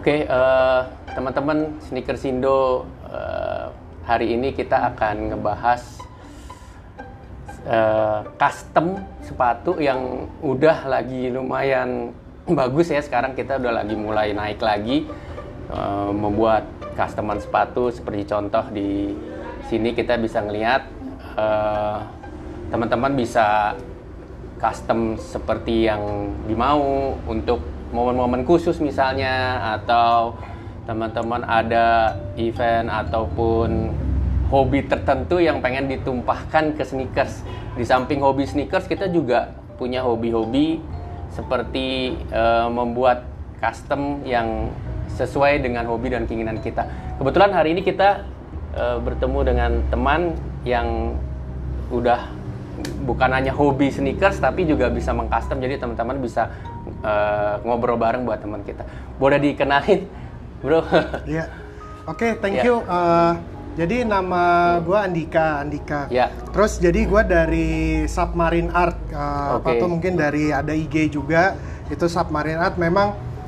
Oke, teman-teman Sneakersindo, hari ini kita akan ngebahas custom sepatu yang udah lagi lumayan bagus ya. Sekarang kita udah lagi mulai naik lagi, membuat customan sepatu. Seperti contoh di sini kita bisa ngelihat teman-teman bisa custom seperti yang dimau untuk momen-momen khusus misalnya, atau teman-teman ada event ataupun hobi tertentu yang pengen ditumpahkan ke sneakers. Di samping hobi sneakers, kita juga punya hobi-hobi seperti membuat custom yang sesuai dengan hobi dan keinginan kita. Kebetulan hari ini kita bertemu dengan teman yang udah bukan hanya hobi sneakers tapi juga bisa mengcustom. Jadi teman-teman bisa ngobrol bareng buat teman kita. Boleh dikenalin, bro? Iya. Oke, thank you. Jadi nama gue Andika. Ya. Terus jadi gue dari Submarine Art. Apa tuh mungkin dari ada IG juga. Itu Submarine Art. Memang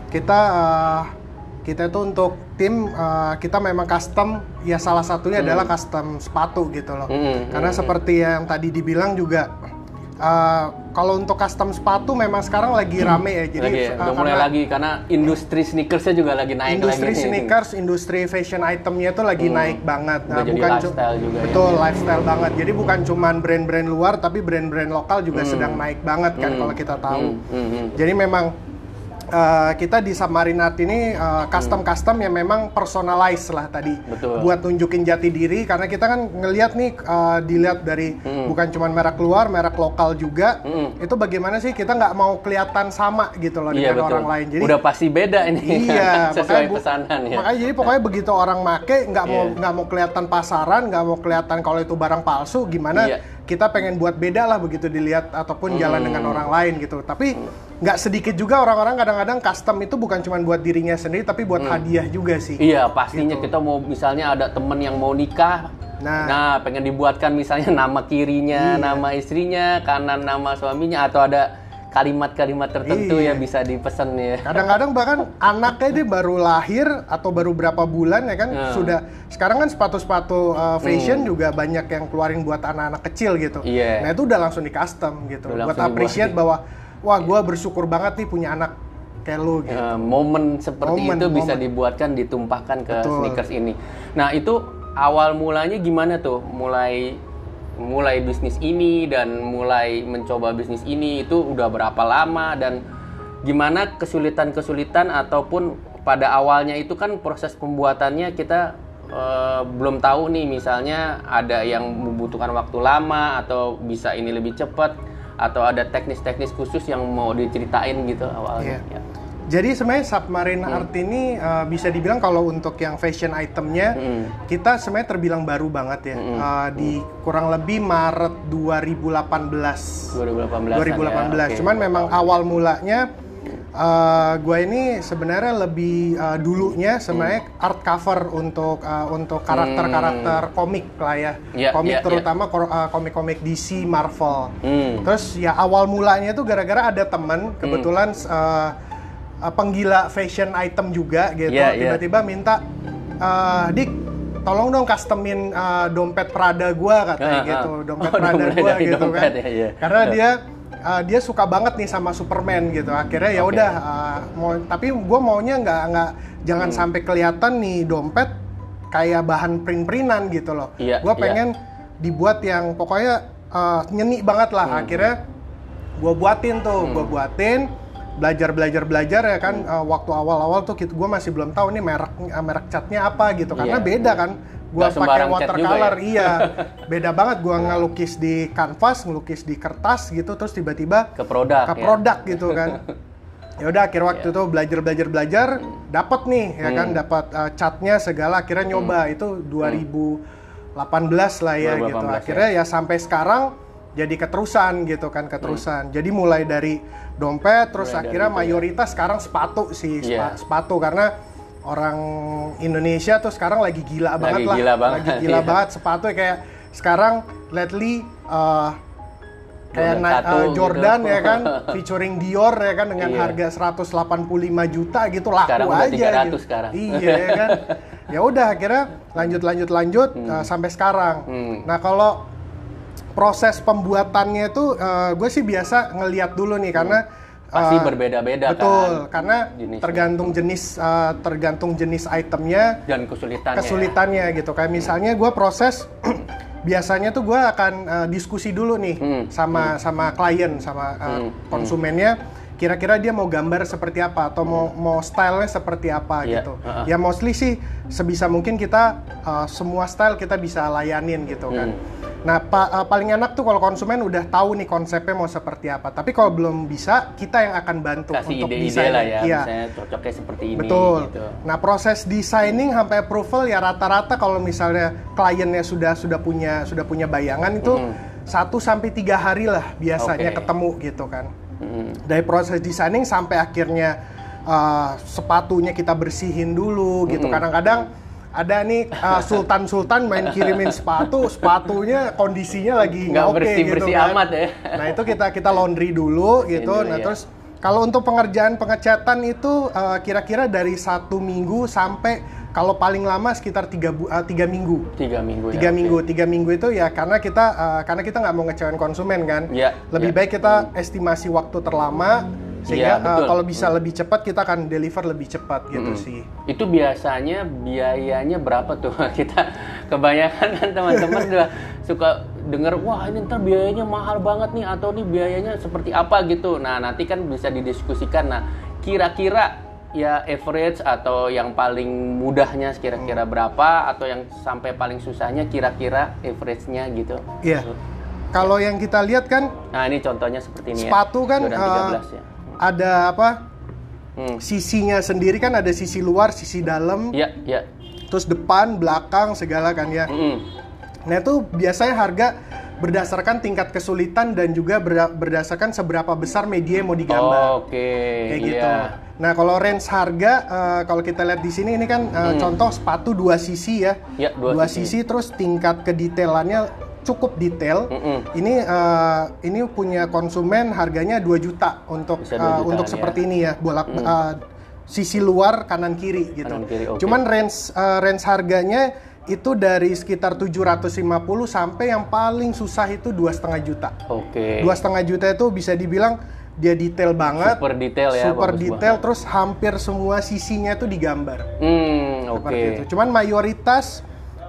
kita tuh untuk tim kita memang custom. Ya salah satunya adalah custom sepatu gitu loh. Karena seperti yang tadi dibilang juga. Kalau untuk custom sepatu memang sekarang lagi rame ya, jadi udah mulai lagi karena industri sneakersnya juga lagi naik. Industri sneakers, industri fashion itemnya itu lagi naik banget. Nah, bukan lifestyle juga. Betul, ya. Lifestyle banget. Jadi bukan cuman brand-brand luar, tapi brand-brand lokal juga sedang naik banget kan kalau kita tahu. Jadi memang kita di Submarine Art ini custom yang memang personalized lah tadi. Betul. Buat nunjukin jati diri, karena kita kan ngelihat nih dilihat dari bukan cuma merek luar, merek lokal juga. Itu bagaimana sih kita nggak mau kelihatan sama gitu loh dengan betul. orang lain. Jadi udah pasti beda ini. Iya, sesuai pesanan ya. Makanya jadi pokoknya begitu orang make nggak mau kelihatan pasaran, nggak mau kelihatan kalau itu barang palsu, gimana kita pengen buat beda lah begitu dilihat ataupun jalan dengan orang lain gitu. Tapi nggak sedikit juga orang-orang kadang-kadang custom itu bukan cuma buat dirinya sendiri, tapi buat hadiah juga sih. Iya, pastinya gitu. Kita mau misalnya ada temen yang mau nikah, nah pengen dibuatkan misalnya nama kirinya, nama istrinya, kanan nama suaminya, atau ada kalimat-kalimat tertentu yang bisa dipesan ya. Kadang-kadang bahkan anaknya dia baru lahir atau baru berapa bulan ya kan, sudah sekarang kan sepatu-sepatu fashion juga banyak yang keluarin buat anak-anak kecil gitu. Nah itu udah langsung di custom gitu, buat appreciate bahwa wah gue bersyukur banget nih punya anak kayak lu gitu. Momen seperti itu bisa dibuatkan, ditumpahkan ke sneakers ini. Nah itu awal mulanya gimana tuh? Mulai bisnis ini dan mulai mencoba bisnis ini itu udah berapa lama, dan gimana kesulitan-kesulitan ataupun pada awalnya itu kan proses pembuatannya kita belum tahu nih, misalnya ada yang membutuhkan waktu lama atau bisa ini lebih cepat, atau ada teknis-teknis khusus yang mau diceritain gitu awalnya. Ya. Jadi sebenarnya Submarine Art ini bisa dibilang kalau untuk yang fashion itemnya kita sebenarnya terbilang baru banget ya. Di kurang lebih Maret 2018. 2018. Cuman memang awal mulanya gue ini sebenarnya lebih dulunya sebenarnya art cover untuk karakter-karakter komik lah ya. Komik terutama komik-komik DC, Marvel. Terus ya awal mulanya itu gara-gara ada teman kebetulan penggila fashion item juga gitu, tiba-tiba minta, Dik, tolong dong customin dompet Prada gua katanya gitu, dompet Prada gua gitu kan, karena dia suka banget nih sama Superman gitu. Akhirnya ya udah, tapi gua maunya jangan sampai kelihatan nih dompet kayak bahan print-printan gitu loh. Gua pengen dibuat yang pokoknya nyeni banget lah. Akhirnya gua buatin belajar ya kan. Waktu awal-awal tuh gue masih belum tahu nih merek catnya apa gitu, karena beda kan. Gue pakai watercolor, beda banget. Gue ngelukis di kanvas, ngelukis di kertas gitu, terus tiba-tiba ke produk gitu kan. Ya udah akhir waktu itu belajar, dapat nih ya kan, dapat catnya segala. Akhirnya nyoba itu 2018 lah ya 2018, gitu. Akhirnya ya sampai sekarang jadi keterusan gitu kan, Jadi mulai dari dompet, terus akhirnya mayoritas sekarang sepatu sih, sepatu, karena orang Indonesia tuh sekarang lagi gila banget lah. Lagi gila banget sepatu, kayak sekarang lately kayak Jordan gitu. Ya kan, featuring Dior ya kan dengan harga 185 juta gitu, laku sekarang aja. Sekarang gitu. sekarang. Iya ya kan. Ya udah akhirnya lanjut sampai sekarang. Nah kalau proses pembuatannya itu gue sih biasa ngelihat dulu nih karena pasti berbeda-beda betul, kan. karena tergantung jenis itemnya dan kesulitannya gitu. Kayak misalnya gue proses biasanya tuh gue akan diskusi dulu nih sama klien, sama konsumennya, kira-kira dia mau gambar seperti apa atau mau stylenya seperti apa gitu. Ya mostly sih sebisa mungkin kita semua style kita bisa layanin gitu kan. Nah, paling enak tuh kalau konsumen udah tahu nih konsepnya mau seperti apa. Tapi kalau belum bisa, kita yang akan bantu kasih untuk desain lah ya, misalnya cocoknya seperti ini. Betul. Gitu. Nah, proses designing sampai approval ya rata-rata kalau misalnya kliennya sudah punya bayangan itu 1-3 hari lah biasanya ketemu gitu kan. Dari proses designing sampai akhirnya sepatunya kita bersihin dulu gitu. Kadang-kadang ada nih sultan main kirimin sepatunya kondisinya lagi nggak oke gitu kan. Amat ya. Nah itu kita laundry dulu gitu. Nah terus kalau untuk pengerjaan pengecatan itu kira-kira dari 1 minggu sampai kalau paling lama sekitar 3 minggu. 3 minggu itu ya karena kita nggak mau ngecewain konsumen kan. Lebih baik kita estimasi waktu terlama. Sehingga kalau bisa lebih cepat kita akan deliver lebih cepat gitu sih. Itu biasanya biayanya berapa tuh? Kita kebanyakan kan teman-teman udah suka dengar, wah ini ntar biayanya mahal banget nih atau nih biayanya seperti apa gitu. Nah nanti kan bisa didiskusikan. Nah kira-kira ya average atau yang paling mudahnya kira-kira berapa atau yang sampai paling susahnya kira-kira average-nya gitu. Iya. Kalau yang kita lihat kan, nah ini contohnya seperti ini sepatu ya. Kan Jordan 13 ya. Ada apa? Sisinya sendiri kan ada sisi luar, sisi dalam. Iya. Terus depan, belakang, segala kan ya. Nah itu biasanya harga berdasarkan tingkat kesulitan dan juga berdasarkan seberapa besar media yang mau digambar. Kayak gitu. Nah kalau range harga, kalau kita lihat di sini ini kan contoh sepatu 2 sisi ya. Dua sisi terus tingkat kedetailannya cukup detail. Ini punya konsumen harganya 2 juta untuk seperti ini ya, sisi luar kanan kiri gitu. Cuman range harganya itu dari sekitar 750 sampai yang paling susah itu 2,5 juta. 2,5 juta itu bisa dibilang dia detail banget, super detail, terus hampir semua sisinya itu digambar. Seperti itu. Cuman mayoritas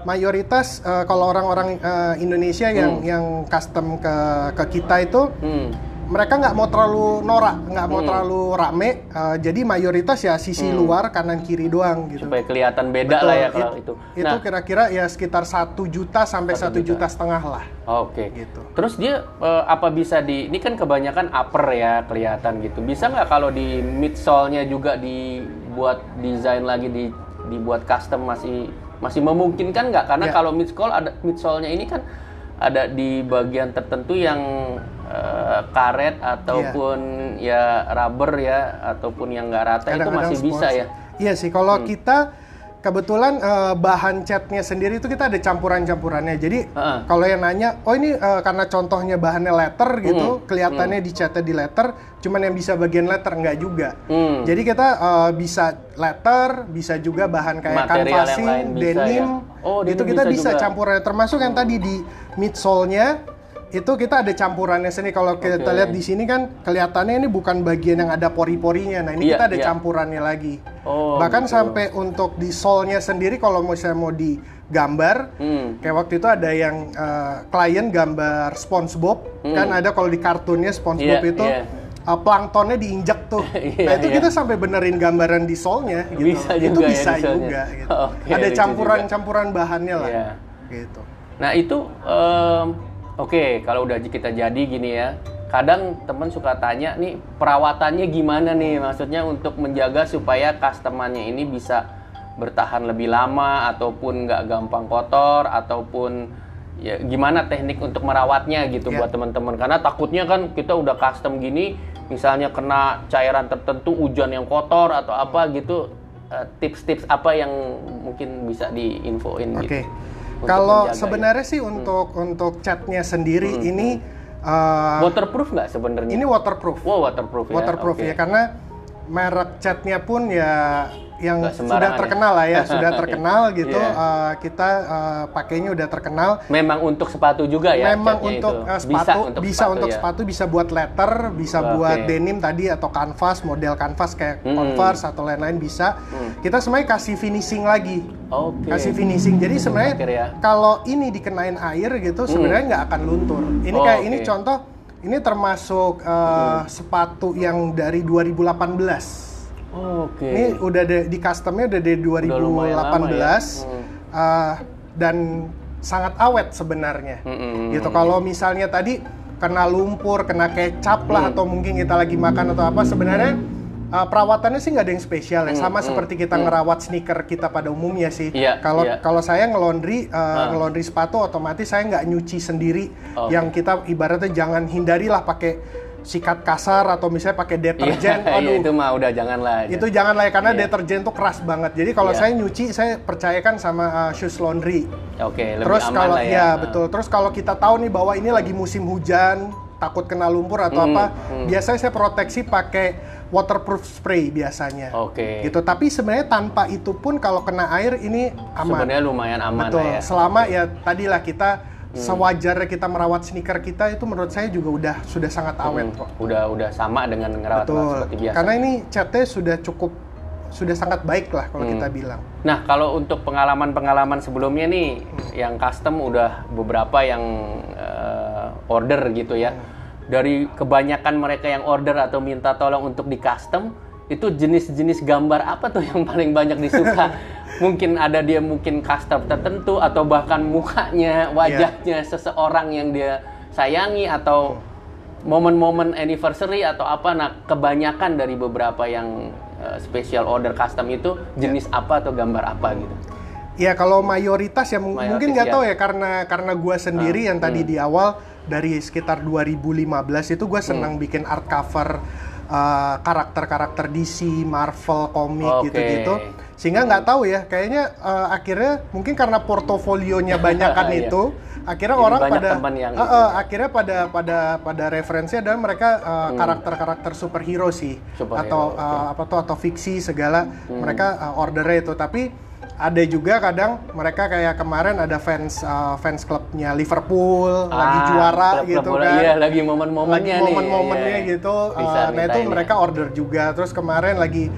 kalau orang-orang Indonesia yang custom ke kita itu mereka nggak mau terlalu norak, nggak mau terlalu rame, jadi mayoritas ya sisi luar kanan kiri doang gitu. Supaya kelihatan beda. Betul, lah ya kalau itu. Itu kira-kira ya sekitar 1 juta sampai 1,5 juta lah. Gitu. Terus dia apa bisa ini kan kebanyakan upper ya kelihatan gitu. Bisa nggak kalau di midsole-nya juga dibuat desain lagi, dibuat custom masih memungkinkan nggak? Karena kalau midsole-nya ini kan ada di bagian tertentu yang karet ataupun ya rubber ya ataupun yang nggak rata. Kadang-kadang itu masih bisa ya? Iya sih, kalau kita kebetulan bahan catnya sendiri itu kita ada campuran-campurannya. Jadi kalau yang nanya, oh ini karena contohnya bahannya leather gitu, kelihatannya dicatnya di leather, cuman yang bisa bagian leather, enggak juga. Jadi kita bisa leather, bisa juga bahan kayak canvassing, denim, itu kita bisa campurannya. Termasuk yang tadi di midsole-nya, itu kita ada campurannya sini. Kalau kita lihat di sini kan kelihatannya ini bukan bagian yang ada pori-porinya. Nah ini kita ada campurannya lagi. Bahkan sampai untuk di sole-nya sendiri kalau misalnya mau digambar, kayak waktu itu ada yang klien gambar SpongeBob, kan ada kalau di kartunnya SpongeBob itu planktonnya diinjak tuh. Nah itu kita sampai benerin gambaran di sole-nya gitu. Itu bisa juga gitu. Ada campuran bahannya lah gitu. Nah itu kalau udah kita jadi gini ya, kadang temen suka tanya nih perawatannya gimana nih, maksudnya untuk menjaga supaya customer-nya ini bisa bertahan lebih lama ataupun nggak gampang kotor ataupun ya gimana teknik untuk merawatnya gitu buat teman-teman, karena takutnya kan kita udah custom gini misalnya kena cairan tertentu, hujan yang kotor atau apa gitu, tips-tips apa yang mungkin bisa diinfoin gitu. Kalau sebenarnya sih untuk catnya sendiri ini Waterproof nggak sebenarnya? Ini waterproof. Wow, waterproof ya. Waterproof ya, karena merek catnya pun ya yang Nggak sudah sembarangan terkenal lah ya, sudah terkenal gitu. Iya. Kita pakainya udah terkenal. Memang untuk sepatu juga ya? Memang catnya untuk itu? sepatu, bisa untuk ya? sepatu, bisa buat leather, bisa buat denim tadi atau canvas, model canvas kayak Converse atau lain-lain bisa. Kita sebenarnya kasih finishing lagi. Kasih finishing. Jadi sebenarnya kalau ini dikenain air gitu sebenarnya nggak akan luntur. Ini kayak ini contoh, ini termasuk sepatu yang dari 2018. Ini udah di customnya udah dari 2018 dan sangat awet sebenarnya. Gitu. Kalau misalnya tadi kena lumpur, kena kecap lah atau mungkin kita lagi makan atau apa, sebenarnya perawatannya sih nggak ada yang spesial ya. Sama seperti kita ngerawat sneaker kita pada umumnya sih. Kalau saya ngelondri sepatu, otomatis saya nggak nyuci sendiri. Yang kita ibaratnya jangan hindarilah pakai sikat kasar atau misalnya pakai deterjen. Aduh, itu mah udah janganlah. Itu janganlah ya, karena deterjen tuh keras banget. Jadi kalau saya nyuci, saya percayakan sama Shoes Laundry. Lebih terus aman kalau lah ya. Betul. Terus kalau kita tahu nih bahwa ini lagi musim hujan, takut kena lumpur atau apa, biasanya saya proteksi pakai waterproof spray biasanya. Gitu. Tapi sebenarnya tanpa itu pun kalau kena air ini aman. Sebenarnya lumayan aman. Betul. Lah ya. Selama ya tadilah kita sewajarnya kita merawat sneaker kita, itu menurut saya juga sudah sangat awet kok. Udah sama dengan ngerawat seperti biasa. Karena ini catnya sudah sangat baik lah kalau kita bilang. Nah, kalau untuk pengalaman sebelumnya nih, yang custom udah beberapa yang order gitu ya. Dari kebanyakan mereka yang order atau minta tolong untuk di custom, itu jenis-jenis gambar apa tuh yang paling banyak disuka? Mungkin ada dia custom tertentu atau bahkan mukanya, wajahnya seseorang yang dia sayangi atau momen-momen anniversary atau apa. Nah, kebanyakan dari beberapa yang special order custom itu jenis apa atau gambar apa gitu? Ya, kalau mayoritas ya mungkin nggak tahu ya, karena gue sendiri yang tadi di awal dari sekitar 2015 itu gue senang bikin art cover karakter-karakter DC, Marvel, komik gitu-gitu. Sehingga nggak tahu ya, kayaknya akhirnya mungkin karena portofolionya banyakan itu, akhirnya orang akhirnya pada referensi adalah mereka karakter-karakter superhero sih, atau fiksi segala, mereka ordernya itu. Tapi ada juga kadang mereka kayak kemarin ada fans klubnya Liverpool lagi juara gitu kan. Iya, lagi momen-momennya gitu. Nah itu mereka order juga. Terus kemarin lagi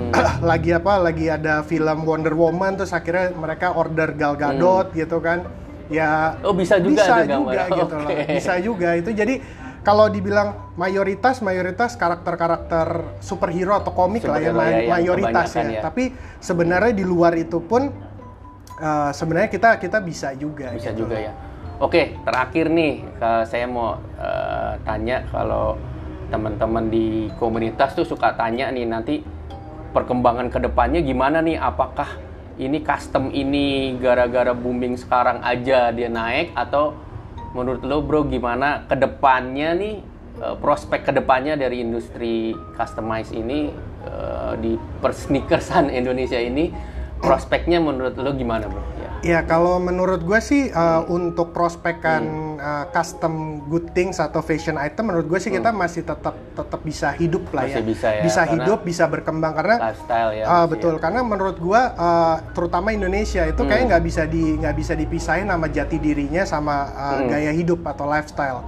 lagi ada film Wonder Woman, terus akhirnya mereka order Gal Gadot gitu kan. Ya bisa juga gitu loh. Bisa juga itu. Jadi kalau dibilang mayoritas karakter-karakter superhero atau komik lah ya, mayoritas ya. Tapi sebenarnya di luar itu pun sebenarnya kita bisa juga. Bisa gitu. juga ya. Oke, terakhir nih saya mau tanya, kalau teman-teman di komunitas tuh suka tanya nih, nanti perkembangan kedepannya gimana nih? Apakah ini custom ini gara-gara booming sekarang aja dia naik, atau menurut lo bro gimana kedepannya nih, prospek kedepannya dari industri customize ini di persneakersan Indonesia ini, prospeknya menurut lo gimana bro? Ya kalau menurut gue sih untuk prospekkan custom good things atau fashion item, menurut gue sih kita masih tetap bisa hidup lah ya. Bisa hidup, bisa berkembang karena lifestyle ya. Betul, karena menurut gue terutama Indonesia itu kayaknya nggak bisa dipisahin sama jati dirinya sama gaya hidup atau lifestyle.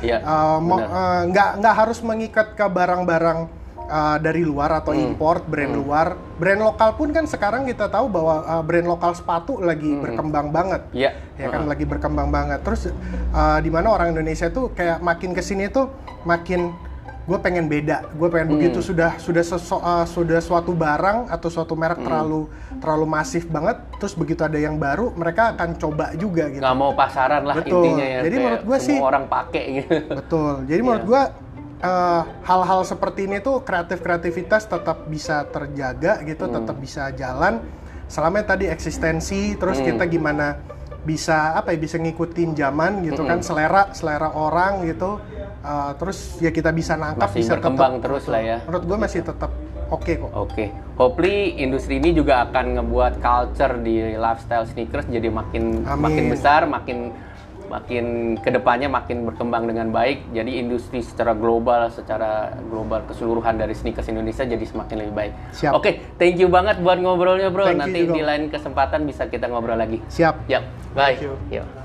Nggak harus mengikat ke barang-barang dari luar atau import brand luar. Brand lokal pun kan sekarang kita tahu bahwa brand lokal sepatu lagi berkembang banget. Ya kan lagi berkembang banget. Terus di mana orang Indonesia tuh kayak makin kesini tuh makin gue pengen beda. Gue pengen begitu sudah suatu barang atau suatu merek terlalu masif banget. Terus begitu ada yang baru, mereka akan coba juga gitu. Nggak mau pasaran lah. Betul. Intinya ya. Jadi menurut gue sih orang pakai gitu. Betul. Jadi menurut gue hal-hal seperti ini tuh kreativitas tetap bisa terjaga gitu, tetap bisa jalan selama tadi eksistensi. Terus kita gimana bisa bisa ngikutin zaman gitu kan, selera orang gitu. Terus ya kita bisa nangkap, masih bisa berkembang tetap, terus lah ya. Menurut gue masih tetap oke kok. Hopefully industri ini juga akan ngebuat culture di lifestyle sneakers jadi makin besar, makin makin kedepannya makin berkembang dengan baik. Jadi industri secara global keseluruhan dari sneakers Indonesia jadi semakin lebih baik. Siap. Oke, thank you banget buat ngobrolnya bro. Thank you Nanti juga. di lain kesempatan bisa kita ngobrol lagi. Siap. Yap, bye. Thank you. Yuk.